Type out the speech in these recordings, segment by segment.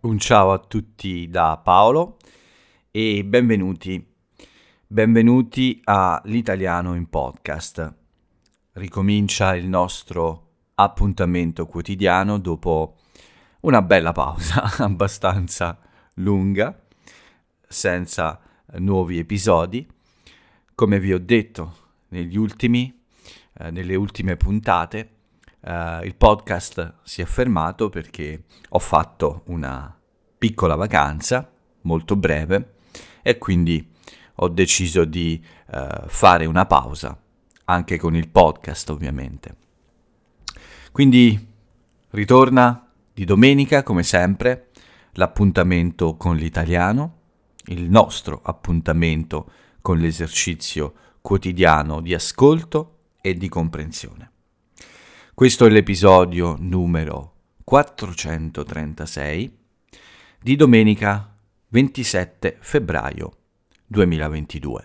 Un ciao a tutti da Paolo e benvenuti a L'Italiano in Podcast. Ricomincia il nostro appuntamento quotidiano dopo una bella pausa abbastanza lunga, senza nuovi episodi. Come vi ho detto nelle ultime puntate, il podcast si è fermato perché ho fatto una piccola vacanza, molto breve, e quindi ho deciso di fare una pausa, anche con il podcast ovviamente. Quindi ritorna di domenica, come sempre, l'appuntamento con l'italiano, il nostro appuntamento con l'esercizio quotidiano di ascolto e di comprensione. Questo è l'episodio numero 436 di domenica 27 febbraio 2022.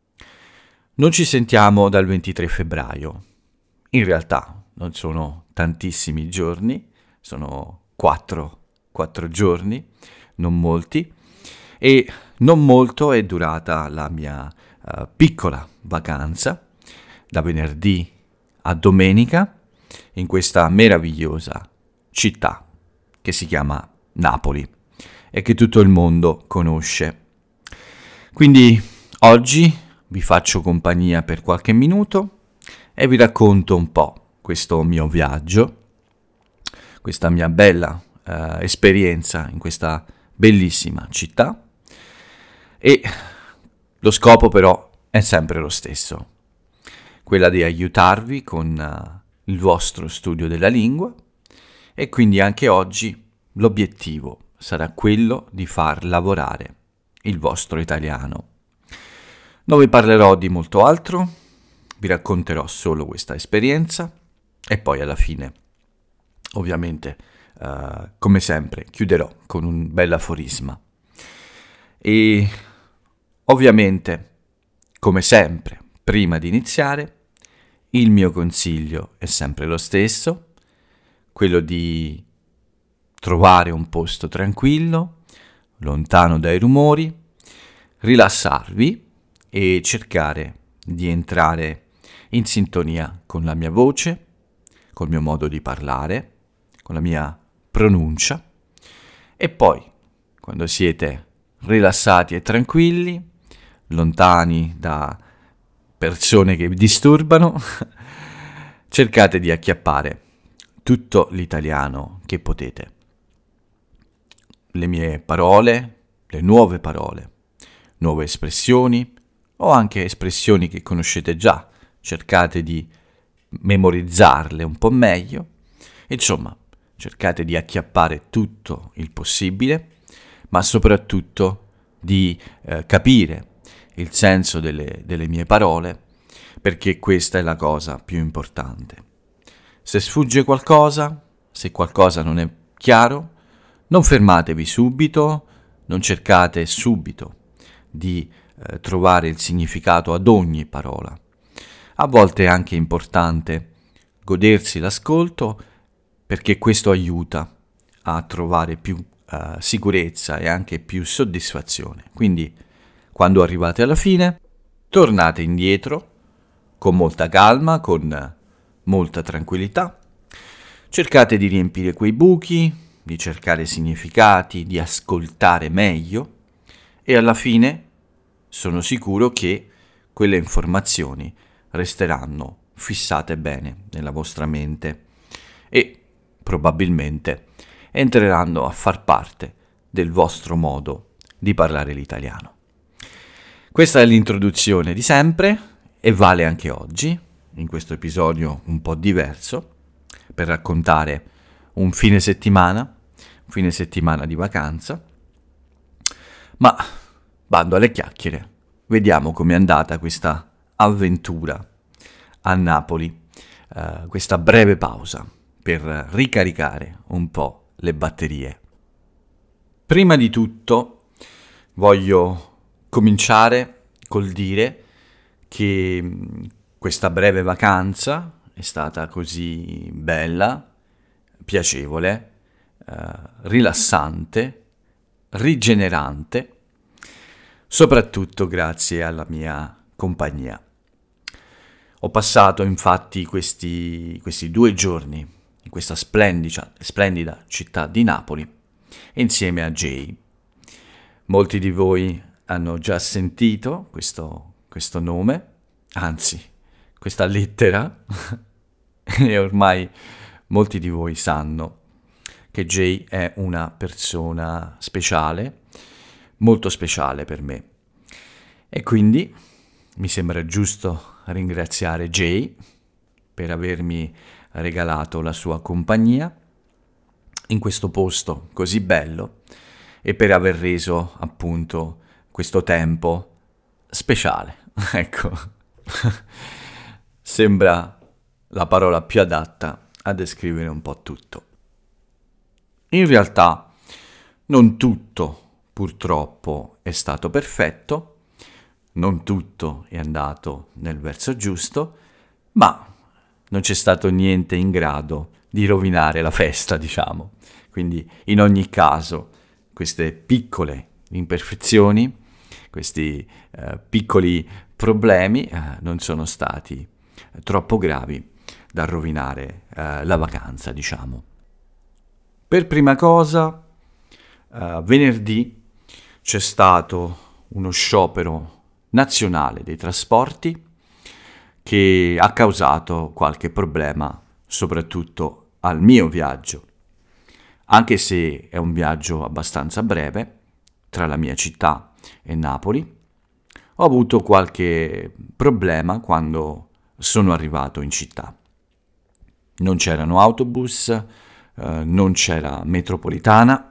Non ci sentiamo dal 23 febbraio. In realtà non sono tantissimi giorni, sono 4 giorni, non molti, e non molto è durata la mia piccola vacanza da venerdì a domenica in questa meravigliosa città che si chiama Napoli e che tutto il mondo conosce. Quindi oggi vi faccio compagnia per qualche minuto e vi racconto un po' questo mio viaggio, questa mia bella esperienza in questa bellissima città, e lo scopo però è sempre lo stesso, quella di aiutarvi con il vostro studio della lingua, e quindi anche oggi l'obiettivo sarà quello di far lavorare il vostro italiano. Non vi parlerò di molto altro, vi racconterò solo questa esperienza e poi alla fine, ovviamente, come sempre, chiuderò con un bel aforisma. E ovviamente, come sempre, prima di iniziare, il mio consiglio è sempre lo stesso, quello di trovare un posto tranquillo, lontano dai rumori, rilassarvi e cercare di entrare in sintonia con la mia voce, col mio modo di parlare, con la mia pronuncia, e poi, quando siete rilassati e tranquilli, lontani da persone che vi disturbano, cercate di acchiappare tutto l'italiano che potete. Le mie parole, le nuove parole, nuove espressioni o anche espressioni che conoscete già, cercate di memorizzarle un po' meglio. Insomma, cercate di acchiappare tutto il possibile, ma soprattutto di capire il senso delle mie parole, perché questa è la cosa più importante. Se sfugge qualcosa, se qualcosa non è chiaro, non fermatevi subito, non cercate subito di trovare il significato ad ogni parola. A volte è anche importante godersi l'ascolto, perché questo aiuta a trovare più sicurezza e anche più soddisfazione. Quindi, quando arrivate alla fine, tornate indietro con molta calma, con molta tranquillità. Cercate di riempire quei buchi, di cercare significati, di ascoltare meglio, e alla fine sono sicuro che quelle informazioni resteranno fissate bene nella vostra mente e probabilmente entreranno a far parte del vostro modo di parlare l'italiano. Questa è l'introduzione di sempre e vale anche oggi, in questo episodio un po' diverso, per raccontare un fine settimana di vacanza. Ma bando alle chiacchiere, vediamo com'è andata questa avventura a Napoli, questa breve pausa per ricaricare un po' le batterie. Prima di tutto voglio cominciare col dire che questa breve vacanza è stata così bella, piacevole, rilassante rigenerante, soprattutto grazie alla mia compagnia. Ho passato infatti questi 2 giorni in questa splendida città di Napoli insieme a Jay. Molti di voi hanno già sentito questo nome, anzi, questa lettera, e ormai molti di voi sanno che Jay è una persona speciale, molto speciale per me. E quindi mi sembra giusto ringraziare Jay per avermi regalato la sua compagnia in questo posto così bello e per aver reso appunto questo tempo speciale. Ecco, sembra la parola più adatta a descrivere un po' tutto. In realtà non tutto purtroppo è stato perfetto, non tutto è andato nel verso giusto, ma non c'è stato niente in grado di rovinare la festa, diciamo. Quindi in ogni caso queste piccole imperfezioni, questi piccoli problemi non sono stati troppo gravi da rovinare la vacanza, diciamo. Per prima cosa, venerdì c'è stato uno sciopero nazionale dei trasporti che ha causato qualche problema, soprattutto al mio viaggio. Anche se è un viaggio abbastanza breve, tra la mia città e Napoli, ho avuto qualche problema quando sono arrivato in città. Non c'erano autobus, non c'era metropolitana.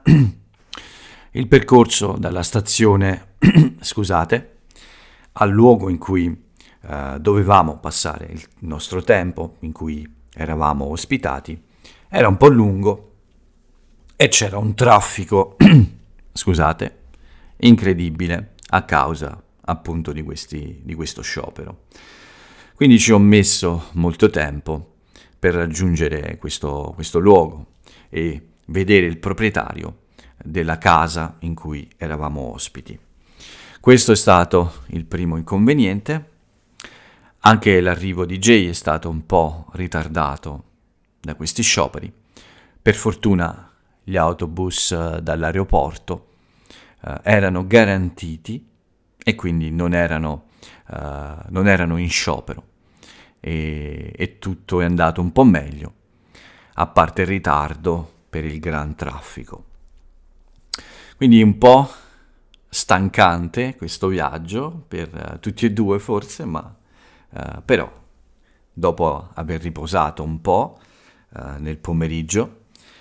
Il percorso dalla stazione, scusate, al luogo in cui dovevamo passare il nostro tempo, in cui eravamo ospitati, era un po' lungo e c'era un traffico, scusate, incredibile a causa appunto di questo sciopero. Quindi ci ho messo molto tempo per raggiungere questo luogo e vedere il proprietario della casa in cui eravamo ospiti. Questo è stato il primo inconveniente. Anche l'arrivo di Jay è stato un po' ritardato da questi scioperi. Per fortuna gli autobus dall'aeroporto erano garantiti e quindi non erano in sciopero e tutto è andato un po' meglio, a parte il ritardo per il gran traffico. Quindi un po' stancante questo viaggio per tutti e due forse, ma però dopo aver riposato un po' nel pomeriggio,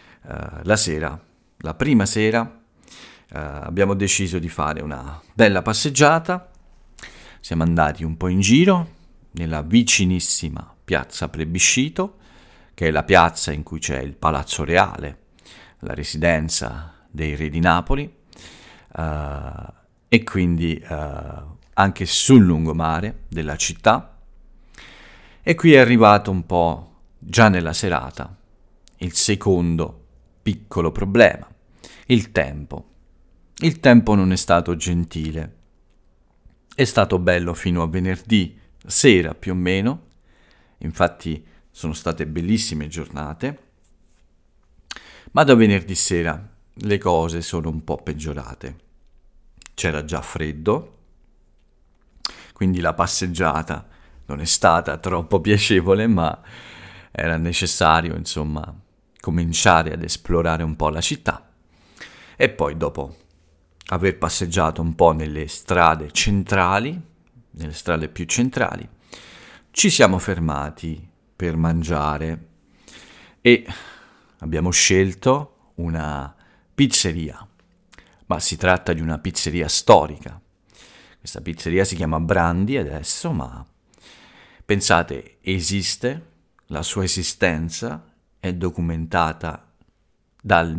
la prima sera, abbiamo deciso di fare una bella passeggiata. Siamo andati un po' in giro nella vicinissima piazza Plebiscito, che è la piazza in cui c'è il Palazzo Reale, la residenza dei re di Napoli, e quindi anche sul lungomare della città. E qui è arrivato un po' già nella serata il secondo piccolo problema, il tempo. Il tempo non è stato gentile. È stato bello fino a venerdì sera più o meno, infatti sono state bellissime giornate, ma da venerdì sera le cose sono un po' peggiorate. C'era già freddo, quindi la passeggiata non è stata troppo piacevole, ma era necessario, insomma, cominciare ad esplorare un po' la città. E poi dopo aver passeggiato un po' nelle strade centrali, nelle strade più centrali, ci siamo fermati per mangiare e abbiamo scelto una pizzeria, ma si tratta di una pizzeria storica. Questa pizzeria si chiama Brandi adesso, ma pensate, esiste, la sua esistenza è documentata dal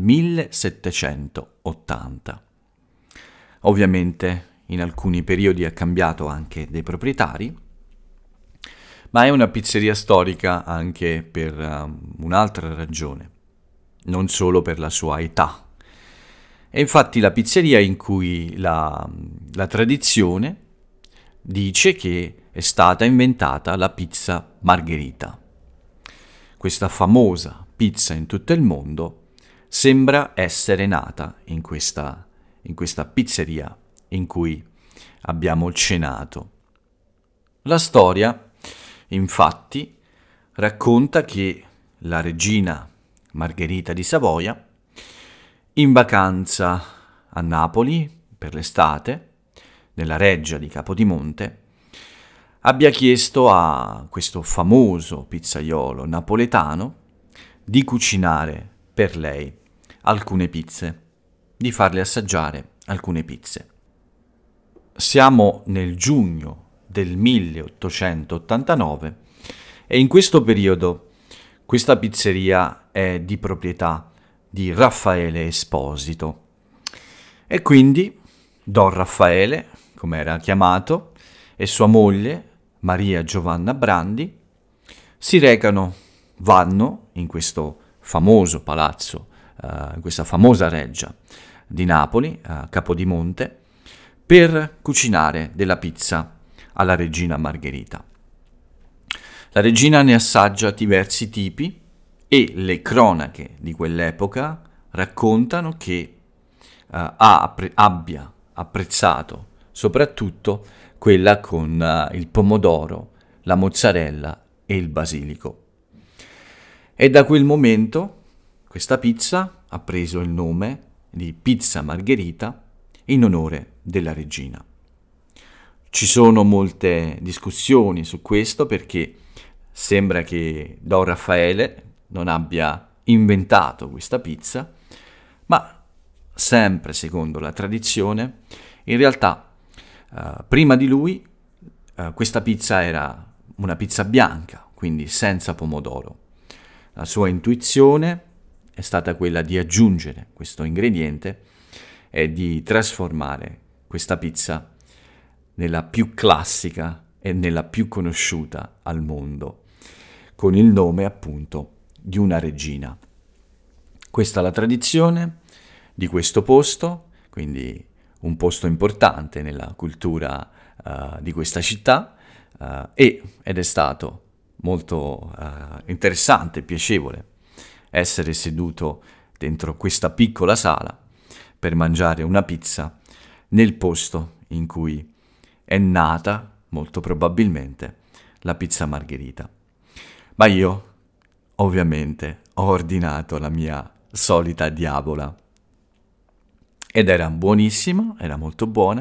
1780. Ovviamente in alcuni periodi ha cambiato anche dei proprietari, ma è una pizzeria storica anche per un'altra ragione, non solo per la sua età. È infatti la pizzeria in cui la tradizione dice che è stata inventata la pizza margherita. Questa famosa pizza in tutto il mondo sembra essere nata in questa pizzeria in cui abbiamo cenato. La storia, infatti, racconta che la regina Margherita di Savoia, in vacanza a Napoli per l'estate, nella reggia di Capodimonte, abbia chiesto a questo famoso pizzaiolo napoletano di cucinare per lei alcune pizze, di farle assaggiare alcune pizze. Siamo nel giugno del 1889 e in questo periodo questa pizzeria è di proprietà di Raffaele Esposito e quindi Don Raffaele, come era chiamato, e sua moglie Maria Giovanna Brandi vanno in questo famoso palazzo, in questa famosa reggia di Napoli, a Capodimonte, per cucinare della pizza alla regina Margherita. La regina ne assaggia diversi tipi e le cronache di quell'epoca raccontano che abbia apprezzato soprattutto quella con il pomodoro, la mozzarella e il basilico. E da quel momento questa pizza ha preso il nome di pizza margherita in onore della regina. Ci sono molte discussioni su questo perché sembra che Don Raffaele non abbia inventato questa pizza, ma sempre secondo la tradizione, in realtà prima di lui questa pizza era una pizza bianca, quindi senza pomodoro. La sua intuizione è stata quella di aggiungere questo ingrediente e di trasformare questa pizza nella più classica e nella più conosciuta al mondo, con il nome appunto di una regina. Questa è la tradizione di questo posto, quindi un posto importante nella cultura di questa città ed è stato molto interessante e piacevole essere seduto dentro questa piccola sala per mangiare una pizza nel posto in cui è nata, molto probabilmente, la pizza margherita. Ma io, ovviamente, ho ordinato la mia solita diavola. Ed era buonissima, era molto buona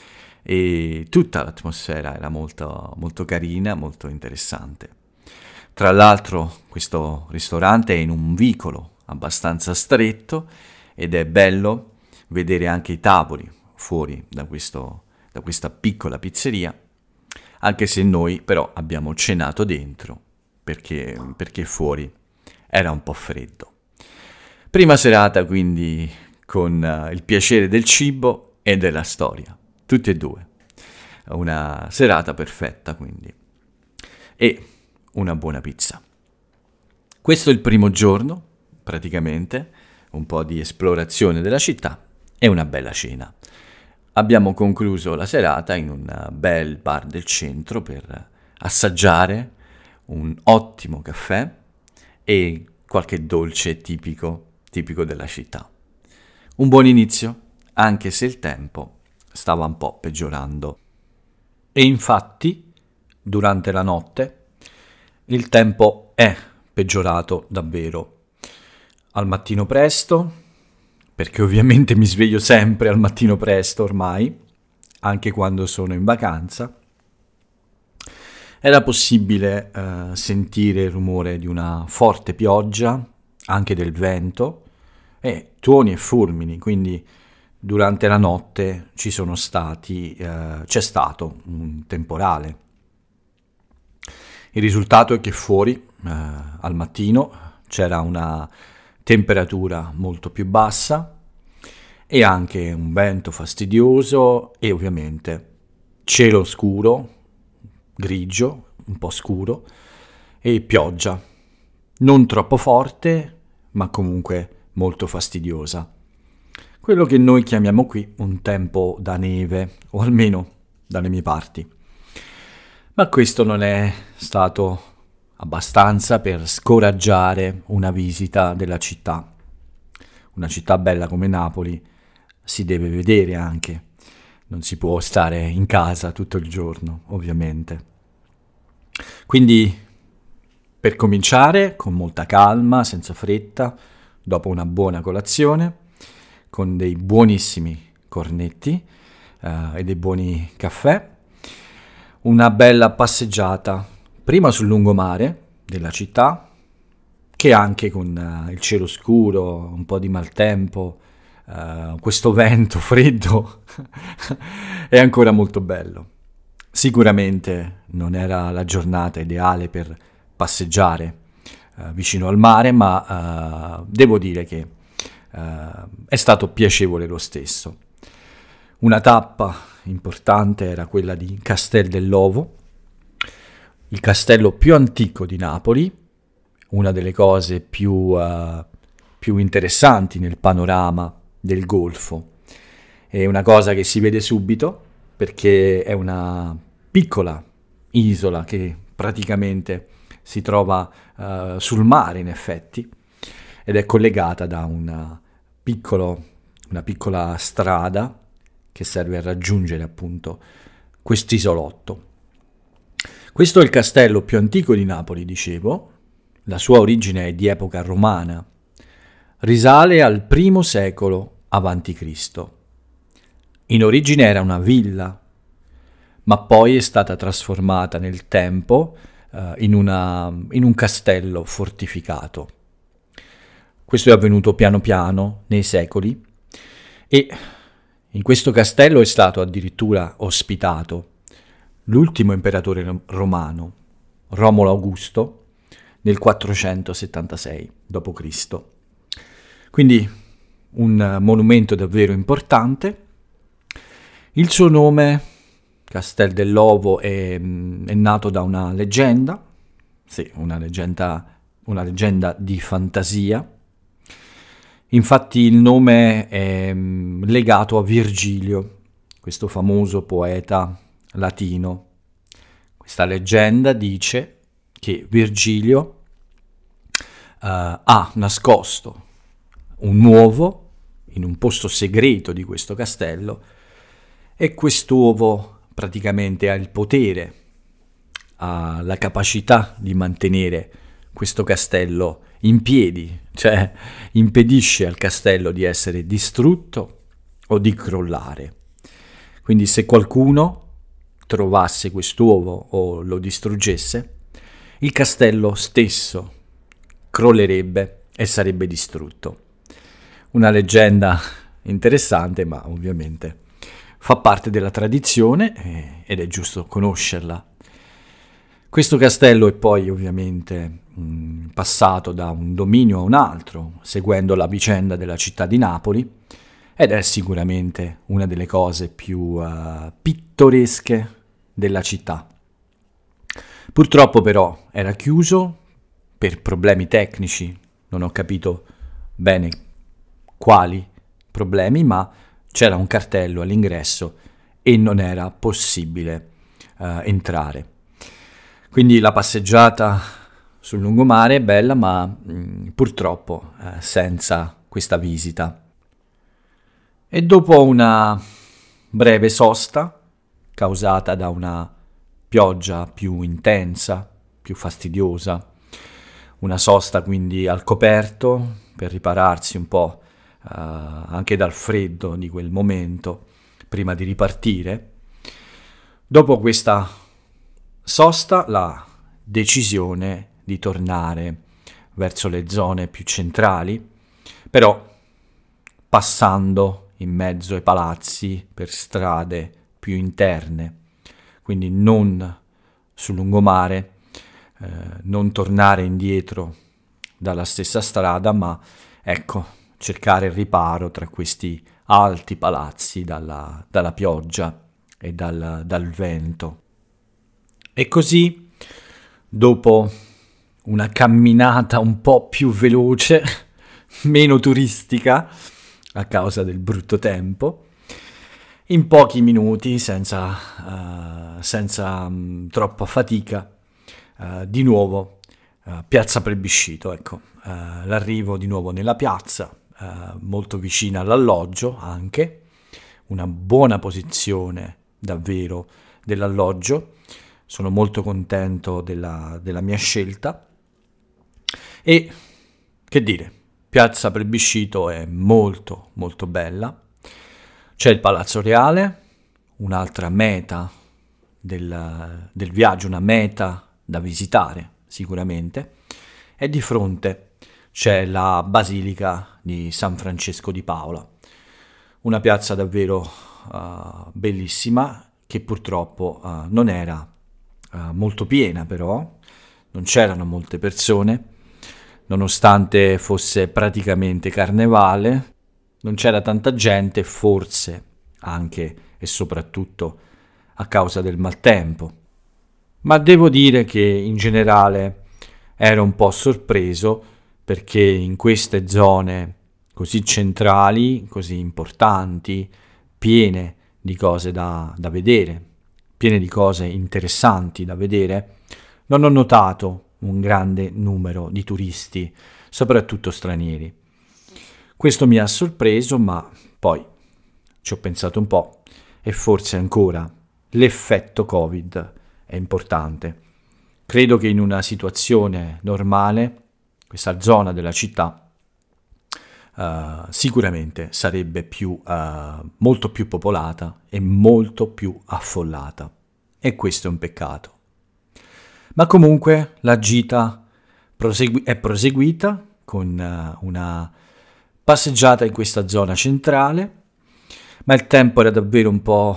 e tutta l'atmosfera era molto, molto carina, molto interessante. Tra l'altro questo ristorante è in un vicolo abbastanza stretto ed è bello vedere anche i tavoli fuori da questa piccola pizzeria, anche se noi però abbiamo cenato dentro perché fuori era un po' freddo. Prima serata quindi con il piacere del cibo e della storia, tutti e due. Una serata perfetta quindi. E una buona pizza. Questo è il primo giorno, praticamente, un po' di esplorazione della città e una bella cena. Abbiamo concluso la serata in un bel bar del centro per assaggiare un ottimo caffè e qualche dolce tipico della città. Un buon inizio, anche se il tempo stava un po' peggiorando. E infatti, durante la notte, il tempo è peggiorato davvero. Al mattino presto, perché ovviamente mi sveglio sempre al mattino presto ormai, anche quando sono in vacanza, era possibile sentire il rumore di una forte pioggia, anche del vento, e tuoni e fulmini, quindi durante la notte c'è stato un temporale. Il risultato è che fuori, al mattino, c'era una temperatura molto più bassa e anche un vento fastidioso e ovviamente cielo scuro, grigio, un po' scuro, e pioggia, non troppo forte, ma comunque molto fastidiosa. quello che noi chiamiamo qui un tempo da neve, o almeno dalle mie parti. Ma questo non è stato abbastanza per scoraggiare una visita della città. Una città bella come Napoli si deve vedere anche, non si può stare in casa tutto il giorno, ovviamente. Quindi, per cominciare, con molta calma, senza fretta, dopo una buona colazione, con dei buonissimi cornetti e dei buoni caffè, una bella passeggiata, prima sul lungomare della città, che anche con il cielo scuro, un po' di maltempo, questo vento freddo, è ancora molto bello. Sicuramente non era la giornata ideale per passeggiare vicino al mare, ma devo dire che è stato piacevole lo stesso. Una tappa importante era quella di Castel dell'Ovo, il castello più antico di Napoli, una delle cose più interessanti nel panorama del Golfo. È una cosa che si vede subito perché è una piccola isola che praticamente si trova sul mare in effetti ed è collegata da una piccola strada che serve a raggiungere appunto quest'isolotto. Questo è il castello più antico di Napoli, dicevo. La sua origine è di epoca romana. Risale al I secolo a.C. In origine era una villa, ma poi è stata trasformata nel tempo in un castello fortificato. Questo è avvenuto piano piano nei secoli e in questo castello è stato addirittura ospitato l'ultimo imperatore romano, Romolo Augusto, nel 476 d.C. Quindi un monumento davvero importante. Il suo nome, Castel dell'Ovo, è nato da una leggenda, sì, una leggenda di fantasia. Infatti il nome è legato a Virgilio, questo famoso poeta latino. Questa leggenda dice che Virgilio ha nascosto un uovo in un posto segreto di questo castello e quest'uovo praticamente ha il potere, ha la capacità di mantenere questo castello in piedi, cioè impedisce al castello di essere distrutto o di crollare. Quindi se qualcuno trovasse quest'uovo o lo distruggesse, il castello stesso crollerebbe e sarebbe distrutto. Una leggenda interessante, ma ovviamente fa parte della tradizione ed è giusto conoscerla. Questo castello è poi ovviamente passato da un dominio a un altro, seguendo la vicenda della città di Napoli, ed è sicuramente una delle cose più pittoresche della città. Purtroppo però era chiuso per problemi tecnici, non ho capito bene quali problemi, ma c'era un cartello all'ingresso e non era possibile entrare. Quindi la passeggiata sul lungomare è bella, ma purtroppo senza questa visita. E dopo una breve sosta, causata da una pioggia più intensa, più fastidiosa, una sosta quindi al coperto per ripararsi un po' anche dal freddo di quel momento prima di ripartire. Dopo questa sosta, la decisione di tornare verso le zone più centrali, però passando in mezzo ai palazzi per strade più interne, quindi non sul lungomare, non tornare indietro dalla stessa strada, ma ecco, cercare il riparo tra questi alti palazzi dalla pioggia e dal vento. E così, dopo una camminata un po' più veloce, meno turistica, a causa del brutto tempo, in pochi minuti, senza troppa fatica, di nuovo piazza Plebiscito, ecco, l'arrivo di nuovo nella piazza, molto vicina all'alloggio anche, una buona posizione davvero dell'alloggio, sono molto contento della mia scelta e che dire, piazza Plebiscito è molto molto bella, c'è il Palazzo Reale, un'altra meta del viaggio, una meta da visitare sicuramente, e di fronte c'è la Basilica di San Francesco di Paola, una piazza davvero bellissima che purtroppo non era molto piena, però non c'erano molte persone, nonostante fosse praticamente carnevale, non c'era tanta gente, forse anche e soprattutto a causa del maltempo. Ma devo dire che in generale ero un po' sorpreso perché in queste zone così centrali, così importanti, piene di cose da vedere, piene di cose interessanti da vedere, non ho notato un grande numero di turisti, soprattutto stranieri. Questo mi ha sorpreso, ma poi ci ho pensato un po' e forse ancora l'effetto Covid è importante. Credo che in una situazione normale questa zona della città sicuramente sarebbe molto più popolata e molto più affollata, e questo è un peccato. Ma comunque la gita è proseguita con una passeggiata in questa zona centrale, ma il tempo era davvero un po'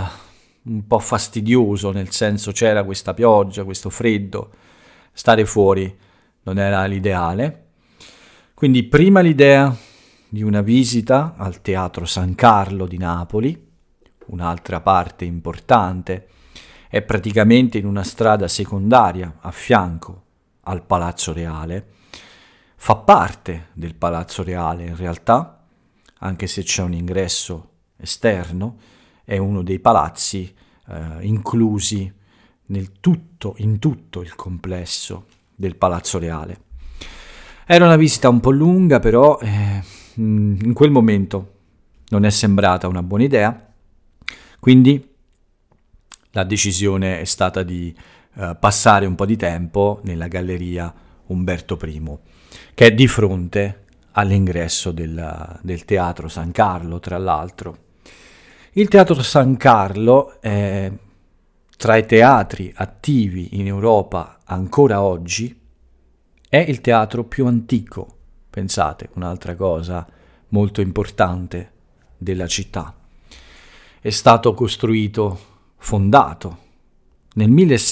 fastidioso, nel senso c'era questa pioggia, questo freddo, stare fuori non era l'ideale. Quindi prima l'idea di una visita al Teatro San Carlo di Napoli, un'altra parte importante, è praticamente in una strada secondaria a fianco al Palazzo Reale, fa parte del Palazzo Reale in realtà, anche se c'è un ingresso esterno, è uno dei palazzi inclusi in tutto il complesso del Palazzo Reale. Era una visita un po' lunga, però in quel momento non è sembrata una buona idea, quindi la decisione è stata di passare un po' di tempo nella galleria Umberto I, che è di fronte all'ingresso del Teatro San Carlo, tra l'altro. Il Teatro San Carlo è tra i teatri attivi in Europa ancora oggi, è il teatro più antico, pensate, un'altra cosa molto importante della città. È stato fondato nel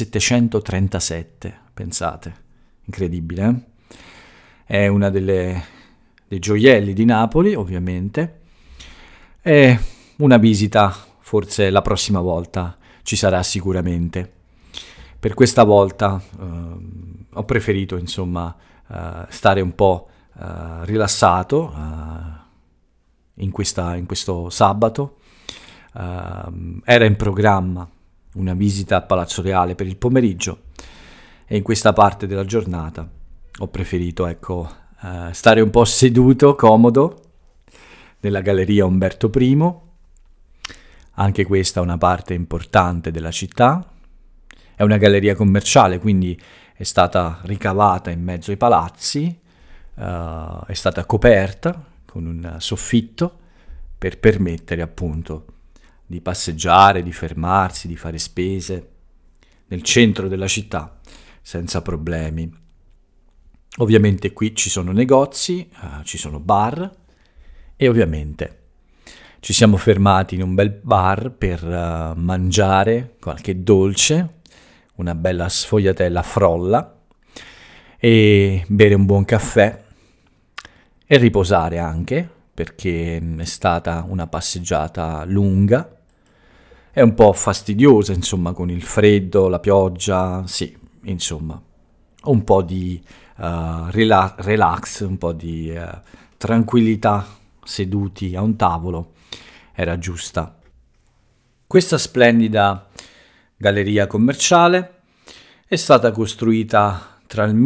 1737, pensate, incredibile, eh? È una dei gioielli di Napoli, ovviamente, e una visita, forse la prossima volta ci sarà sicuramente. Per questa volta ho preferito, insomma, stare un po' rilassato in questo sabato. Era in programma una visita al Palazzo Reale per il pomeriggio e in questa parte della giornata ho preferito, stare un po' seduto, comodo, nella galleria Umberto I. Anche questa è una parte importante della città. È una galleria commerciale, quindi è stata ricavata in mezzo ai palazzi, è stata coperta con un soffitto per permettere appunto di passeggiare, di fermarsi, di fare spese nel centro della città senza problemi. Ovviamente qui ci sono negozi, ci sono bar e ovviamente ci siamo fermati in un bel bar per mangiare qualche dolce, una bella sfogliatella frolla e bere un buon caffè e riposare anche, perché è stata una passeggiata lunga e un po' fastidiosa, insomma, con il freddo, la pioggia, sì, insomma, un po' di relax, un po' di tranquillità seduti a un tavolo era giusta. Questa splendida galleria commerciale è stata costruita tra il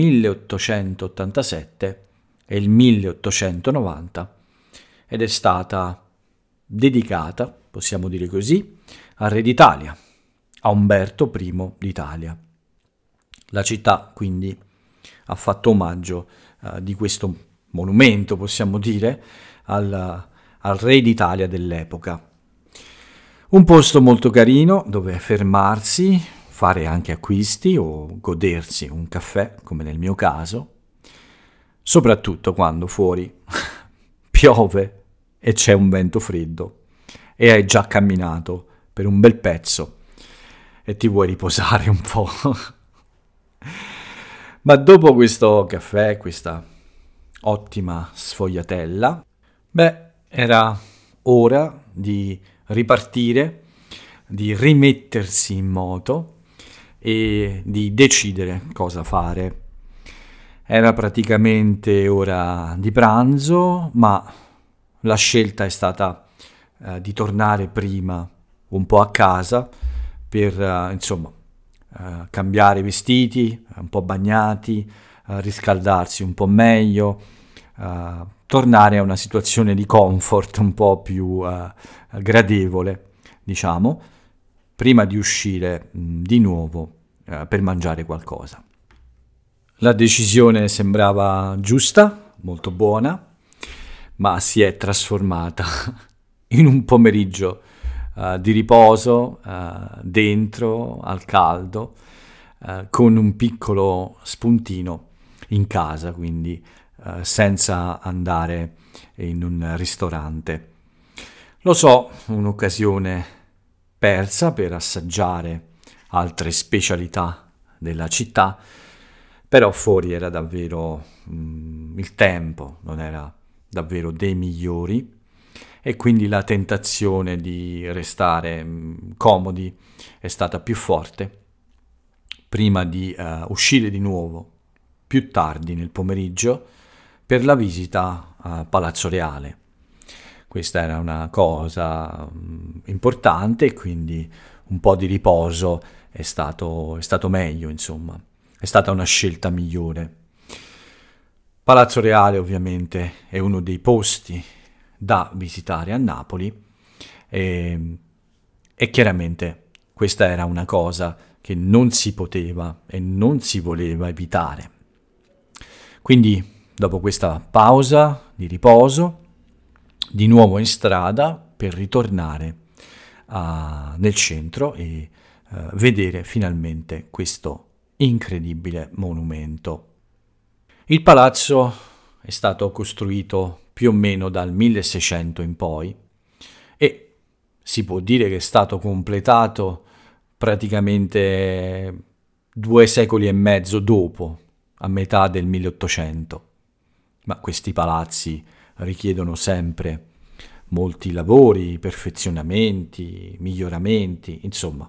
1887 e il 1890 ed è stata dedicata, possiamo dire così, al re d'Italia, a Umberto I d'Italia. La città quindi ha fatto omaggio di questo monumento, possiamo dire, al re d'Italia dell'epoca. Un posto molto carino dove fermarsi, fare anche acquisti o godersi un caffè, come nel mio caso, soprattutto quando fuori piove e c'è un vento freddo e hai già camminato per un bel pezzo e ti vuoi riposare un po'. Ma dopo questo caffè, questa ottima sfogliatella, era ora di ripartire, di rimettersi in moto e di decidere cosa fare. Era praticamente ora di pranzo, ma la scelta è stata di tornare prima un po' a casa per, cambiare i vestiti, un po' bagnati, riscaldarsi un po' meglio, tornare a una situazione di comfort un po' più gradevole, diciamo, prima di uscire di nuovo per mangiare qualcosa. La decisione sembrava giusta, molto buona, ma si è trasformata in un pomeriggio di riposo dentro al caldo con un piccolo spuntino in casa, quindi senza andare in un ristorante. Lo so, un'occasione persa per assaggiare altre specialità della città, però fuori era davvero il tempo non era davvero dei migliori e quindi la tentazione di restare comodi è stata più forte prima di uscire di nuovo più tardi nel pomeriggio per la visita a Palazzo Reale. Questa era una cosa importante e quindi un po' di riposo è stato meglio, insomma. È stata una scelta migliore. Palazzo Reale ovviamente è uno dei posti da visitare a Napoli e chiaramente questa era una cosa che non si poteva e non si voleva evitare. Quindi dopo questa pausa di riposo, di nuovo in strada per ritornare nel centro e vedere finalmente questo incredibile monumento. Il palazzo è stato costruito più o meno dal 1600 in poi e si può dire che è stato completato praticamente 2 secoli e mezzo dopo, a metà del 1800. Ma questi palazzi richiedono sempre molti lavori, perfezionamenti, miglioramenti, insomma,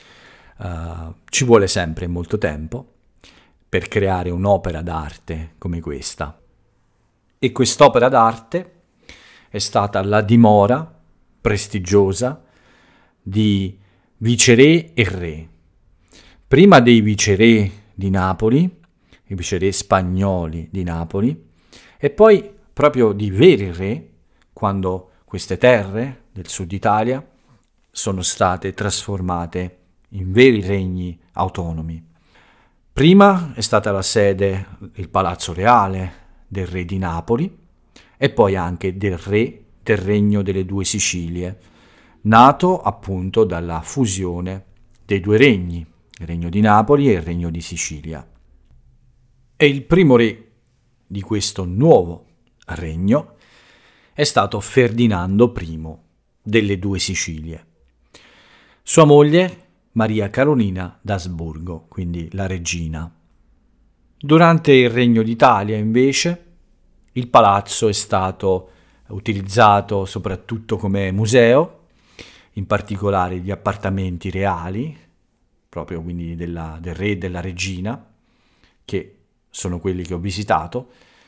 ci vuole sempre molto tempo per creare un'opera d'arte come questa. E quest'opera d'arte è stata la dimora prestigiosa di viceré e re. Prima dei viceré di Napoli, i viceré spagnoli di Napoli, e poi proprio di veri re, quando queste terre del sud Italia sono state trasformate in veri regni autonomi. Prima è stata la sede, il Palazzo Reale del re di Napoli e poi anche del re del Regno delle Due Sicilie, nato appunto dalla fusione dei due regni, il Regno di Napoli e il Regno di Sicilia. E il primo re di questo nuovo regno è stato Ferdinando I delle Due Sicilie. Sua moglie Maria Carolina d'Asburgo, quindi la regina. Durante il Regno d'Italia, invece, il palazzo è stato utilizzato soprattutto come museo, in particolare gli appartamenti reali, proprio quindi del re e della regina, che sono quelli che ho visitato,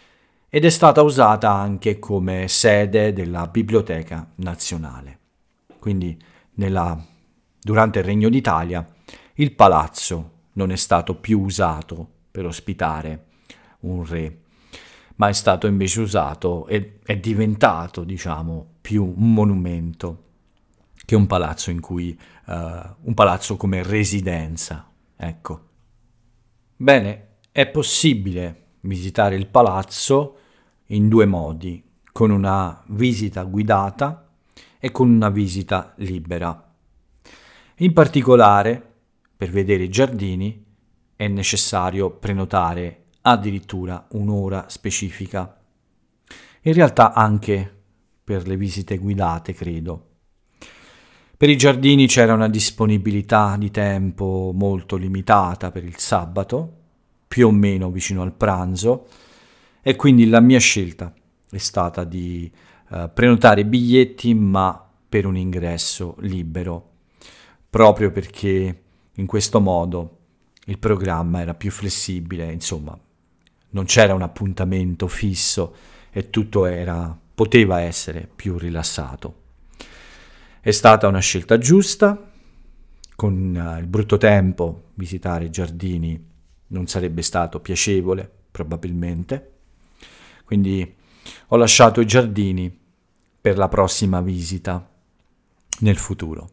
ed è stata usata anche come sede della Biblioteca Nazionale. Quindi durante il Regno d'Italia il palazzo non è stato più usato per ospitare un re, ma è stato invece usato e è diventato, diciamo, più un monumento che un palazzo un palazzo come residenza, ecco. Bene, è possibile visitare il palazzo in due modi, con una visita guidata e con una visita libera. In particolare, per vedere i giardini è necessario prenotare addirittura un'ora specifica. In realtà anche per le visite guidate, credo. Per i giardini c'era una disponibilità di tempo molto limitata per il sabato, più o meno vicino al pranzo, e quindi la mia scelta è stata di prenotare biglietti ma per un ingresso libero, proprio perché in questo modo il programma era più flessibile, insomma, non c'era un appuntamento fisso e tutto poteva essere più rilassato. È stata una scelta giusta, con il brutto tempo visitare i giardini non sarebbe stato piacevole, probabilmente, quindi ho lasciato i giardini per la prossima visita nel futuro.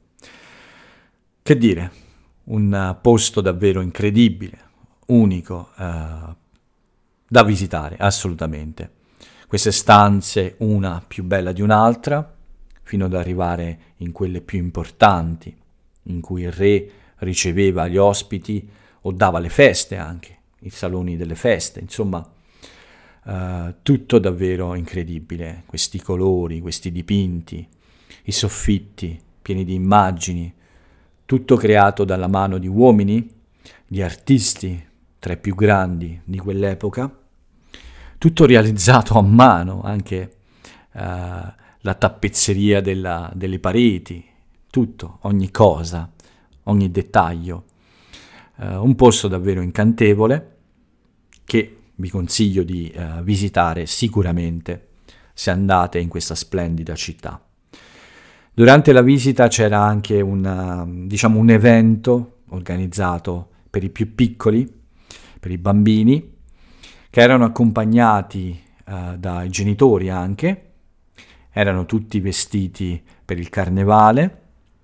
Che dire, un posto davvero incredibile, unico, da visitare, assolutamente. Queste stanze, una più bella di un'altra, fino ad arrivare in quelle più importanti, in cui il re riceveva gli ospiti o dava le feste anche, i saloni delle feste, insomma, tutto davvero incredibile, questi colori, questi dipinti, i soffitti pieni di immagini, tutto creato dalla mano di uomini, di artisti, tra i più grandi di quell'epoca, tutto realizzato a mano, anche la tappezzeria delle pareti, tutto, ogni cosa, ogni dettaglio. Un posto davvero incantevole che vi consiglio di visitare sicuramente se andate in questa splendida città. Durante la visita c'era anche un evento organizzato per i più piccoli, per i bambini, che erano accompagnati dai genitori anche, erano tutti vestiti per il carnevale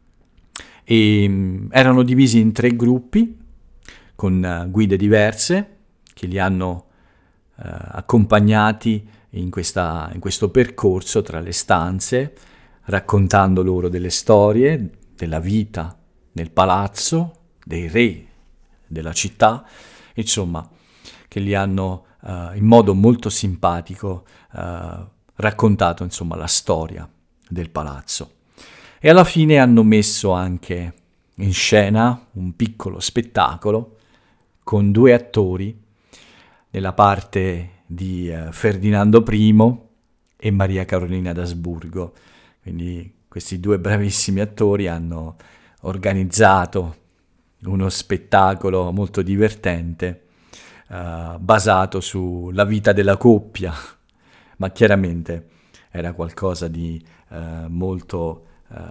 e erano divisi in 3 gruppi con guide diverse che li hanno accompagnati in questo percorso tra le stanze, raccontando loro delle storie, della vita nel palazzo, dei re della città, insomma, che li hanno in modo molto simpatico raccontato, insomma, la storia del palazzo. E alla fine hanno messo anche in scena un piccolo spettacolo con 2 attori nella parte di Ferdinando I e Maria Carolina d'Asburgo. Quindi questi 2 bravissimi attori hanno organizzato uno spettacolo molto divertente basato sulla vita della coppia, ma chiaramente era qualcosa di molto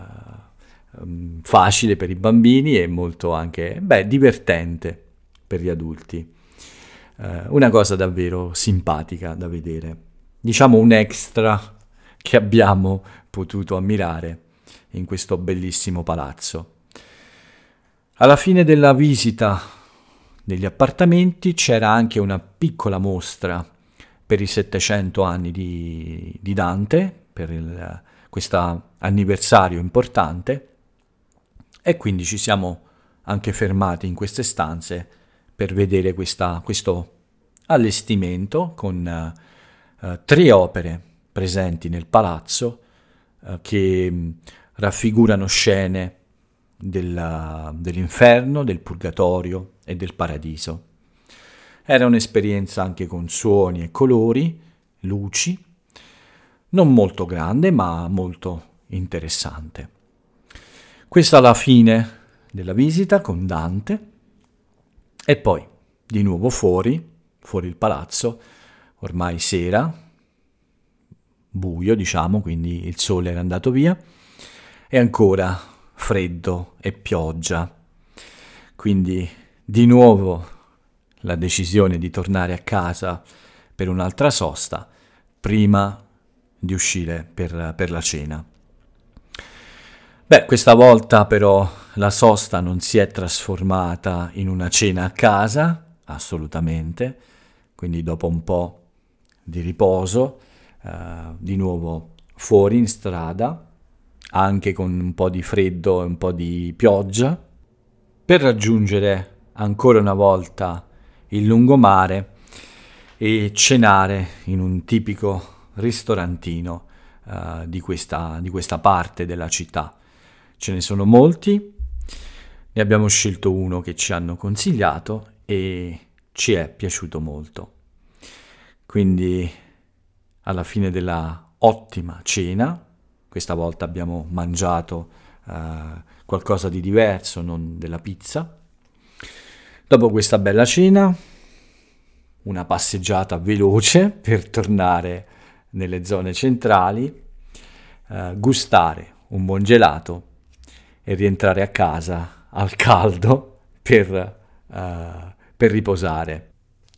facile per i bambini e molto anche divertente per gli adulti. Una cosa davvero simpatica da vedere, diciamo un extra che abbiamo potuto ammirare in questo bellissimo palazzo. Alla fine della visita negli appartamenti c'era anche una piccola mostra per i 700 anni di Dante, per questo anniversario importante, e quindi ci siamo anche fermati in queste stanze per vedere questo allestimento con 3 opere presenti nel palazzo che raffigurano scene dell'inferno, del purgatorio e del paradiso. Era un'esperienza anche con suoni e colori, luci, non molto grande ma molto interessante. Questa è la fine della visita con Dante e poi di nuovo fuori il palazzo, ormai sera, buio, diciamo, quindi il sole era andato via, e ancora freddo e pioggia. Quindi di nuovo la decisione di tornare a casa per un'altra sosta prima di uscire per la cena. Beh, questa volta però la sosta non si è trasformata in una cena a casa, assolutamente, quindi dopo un po' di riposo, di nuovo fuori in strada, anche con un po' di freddo e un po' di pioggia, per raggiungere ancora una volta il lungomare e cenare in un tipico ristorantino di questa parte della città. Ce ne sono molti, ne abbiamo scelto uno che ci hanno consigliato e ci è piaciuto molto. Quindi alla fine della ottima cena, questa volta abbiamo mangiato qualcosa di diverso, non della pizza. Dopo questa bella cena, una passeggiata veloce per tornare nelle zone centrali, gustare un buon gelato e rientrare a casa al caldo per riposare.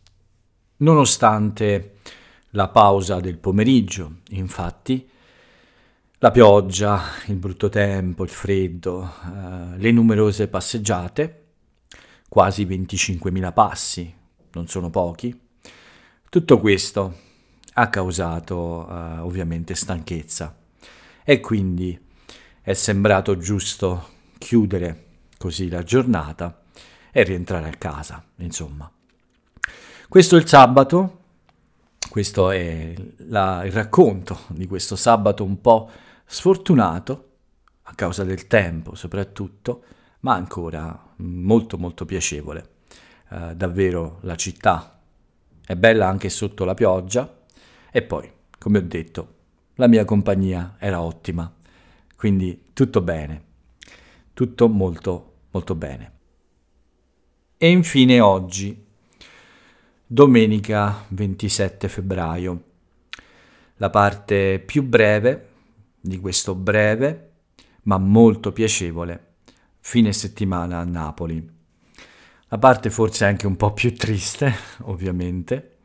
Nonostante la pausa del pomeriggio, infatti, la pioggia, il brutto tempo, il freddo, le numerose passeggiate, quasi 25.000 passi, non sono pochi, tutto questo ha causato ovviamente stanchezza e quindi è sembrato giusto chiudere così la giornata e rientrare a casa, insomma. Questo è il sabato, questo è il racconto di questo sabato un po' sfortunato, a causa del tempo soprattutto, ma ancora molto molto piacevole. Davvero la città è bella anche sotto la pioggia e poi, come ho detto, la mia compagnia era ottima. Quindi tutto bene, tutto molto molto bene. E infine oggi, domenica 27 febbraio, la parte più breve di questo breve ma molto piacevole fine settimana a Napoli. La parte forse anche un po' più triste, ovviamente.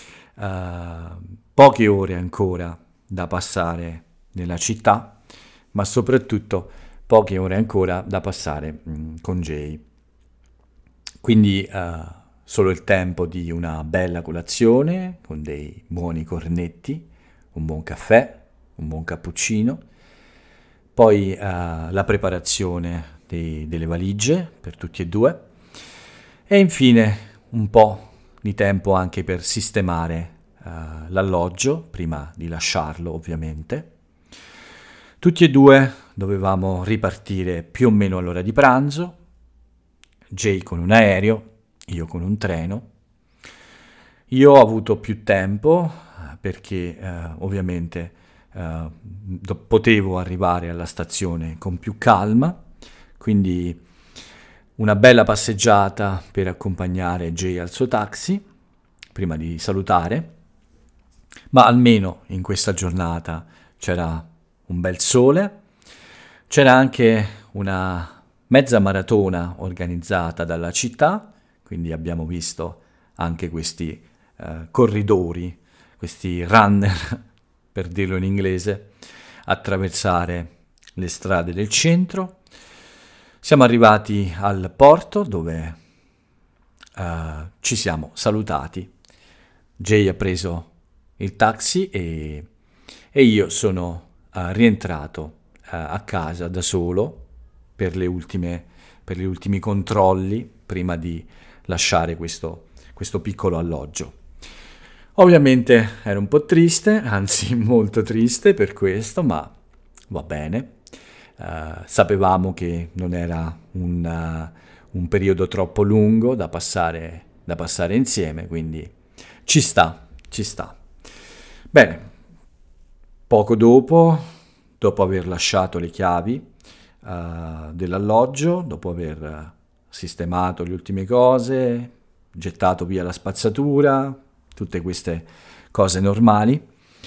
Poche ore ancora da passare nella città, ma soprattutto poche ore ancora da passare con Jay. Quindi solo il tempo di una bella colazione con dei buoni cornetti, un buon caffè, un buon cappuccino, poi la preparazione delle valigie per tutti e due e infine un po' di tempo anche per sistemare l'alloggio prima di lasciarlo, ovviamente. Tutti e due dovevamo ripartire più o meno all'ora di pranzo, Jay con un aereo, io con un treno. Io ho avuto più tempo perché ovviamente potevo arrivare alla stazione con più calma, quindi una bella passeggiata per accompagnare Jay al suo taxi prima di salutare, ma almeno in questa giornata c'era un bel sole, c'era anche una mezza maratona organizzata dalla città, quindi abbiamo visto anche questi corridori, questi runner, per dirlo in inglese, attraversare le strade del centro. Siamo arrivati al porto dove ci siamo salutati. Jay ha preso il taxi e io sono rientrato a casa da solo per gli ultimi controlli prima di lasciare questo piccolo alloggio. Ovviamente ero un po' triste, anzi molto triste per questo, ma va bene. Sapevamo che non era un periodo troppo lungo da passare insieme, quindi ci sta. Bene, poco dopo aver lasciato le chiavi dell'alloggio, dopo aver sistemato le ultime cose, gettato via la spazzatura, tutte queste cose normali,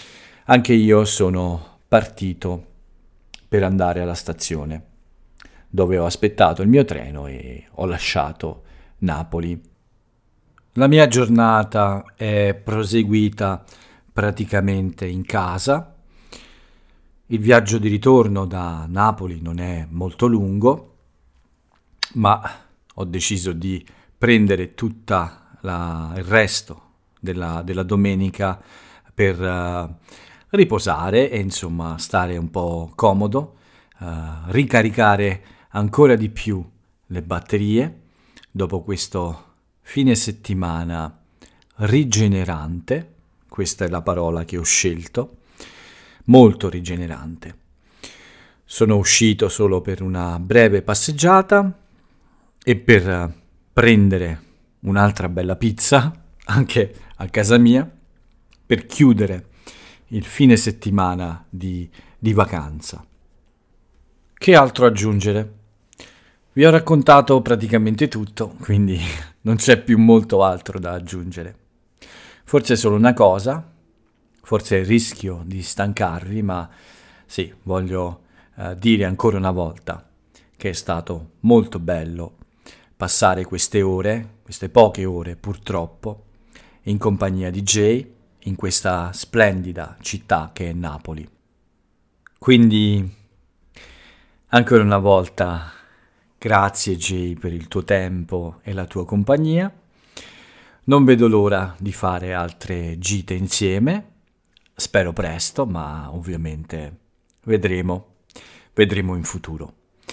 anche io sono partito per andare alla stazione, dove ho aspettato il mio treno e ho lasciato Napoli. La mia giornata è proseguita praticamente in casa. Il viaggio di ritorno da Napoli non è molto lungo, ma ho deciso di prendere il resto della domenica per riposare e insomma stare un po' comodo, ricaricare ancora di più le batterie dopo questo fine settimana rigenerante. Questa è la parola che ho scelto, molto rigenerante. Sono uscito solo per una breve passeggiata e per prendere un'altra bella pizza, anche a casa mia, per chiudere il fine settimana di vacanza. Che altro aggiungere? Vi ho raccontato praticamente tutto, quindi non c'è più molto altro da aggiungere. Forse solo una cosa, forse rischio di stancarvi, ma sì, voglio dire ancora una volta che è stato molto bello passare queste poche ore purtroppo, in compagnia di Jay, in questa splendida città che è Napoli. Quindi, ancora una volta, grazie Jay per il tuo tempo e la tua compagnia. Non vedo l'ora di fare altre gite insieme, spero presto, ma ovviamente vedremo in futuro.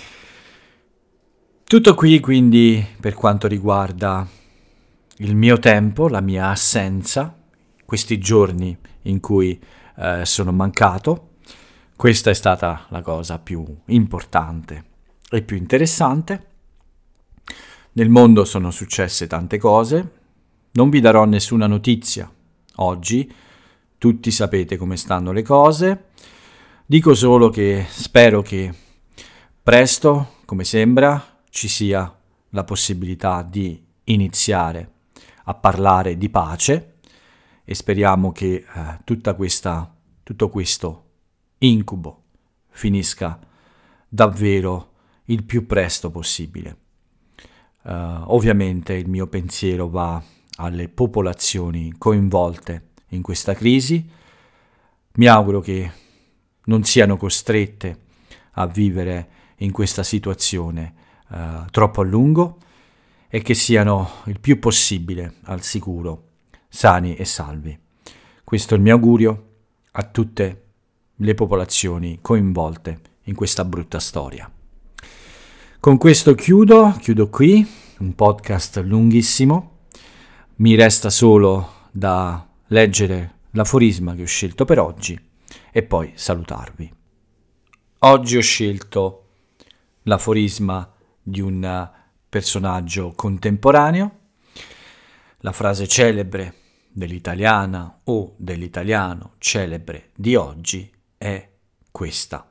Tutto qui quindi per quanto riguarda il mio tempo, la mia assenza, questi giorni in cui sono mancato. Questa è stata la cosa più importante e più interessante. Nel mondo sono successe tante cose, non vi darò nessuna notizia oggi, tutti sapete come stanno le cose, dico solo che spero che presto, come sembra, ci sia la possibilità di iniziare a parlare di pace e speriamo che tutto questo incubo finisca davvero il più presto possibile. Ovviamente il mio pensiero va alle popolazioni coinvolte in questa crisi. Mi auguro che non siano costrette a vivere in questa situazione troppo a lungo e che siano il più possibile al sicuro, sani e salvi. Questo è il mio augurio a tutte le popolazioni coinvolte in questa brutta storia. Con questo chiudo qui, un podcast lunghissimo. Mi resta solo da leggere l'aforisma che ho scelto per oggi e poi salutarvi. Oggi ho scelto l'aforisma di un personaggio contemporaneo. La frase celebre dell'italiana o dell'italiano celebre di oggi è questa: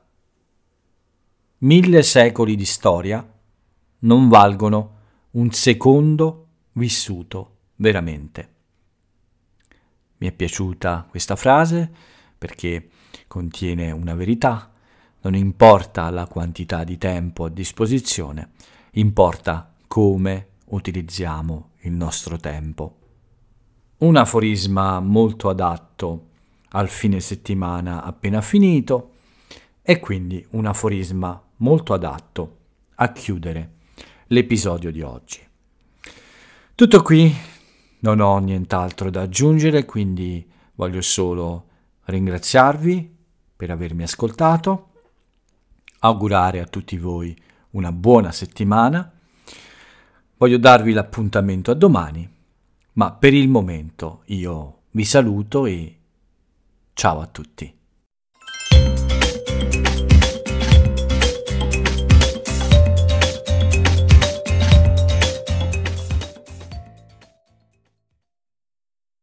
1000 secoli di storia non valgono un secondo vissuto veramente. Mi è piaciuta questa frase perché contiene una verità. Non importa la quantità di tempo a disposizione, importa come utilizziamo il nostro tempo. Un aforisma molto adatto al fine settimana appena finito e quindi un aforisma molto adatto a chiudere l'episodio di oggi. Tutto qui, non ho nient'altro da aggiungere, quindi voglio solo ringraziarvi per avermi ascoltato, augurare a tutti voi una buona settimana. Voglio darvi l'appuntamento a domani, ma per il momento io vi saluto e ciao a tutti.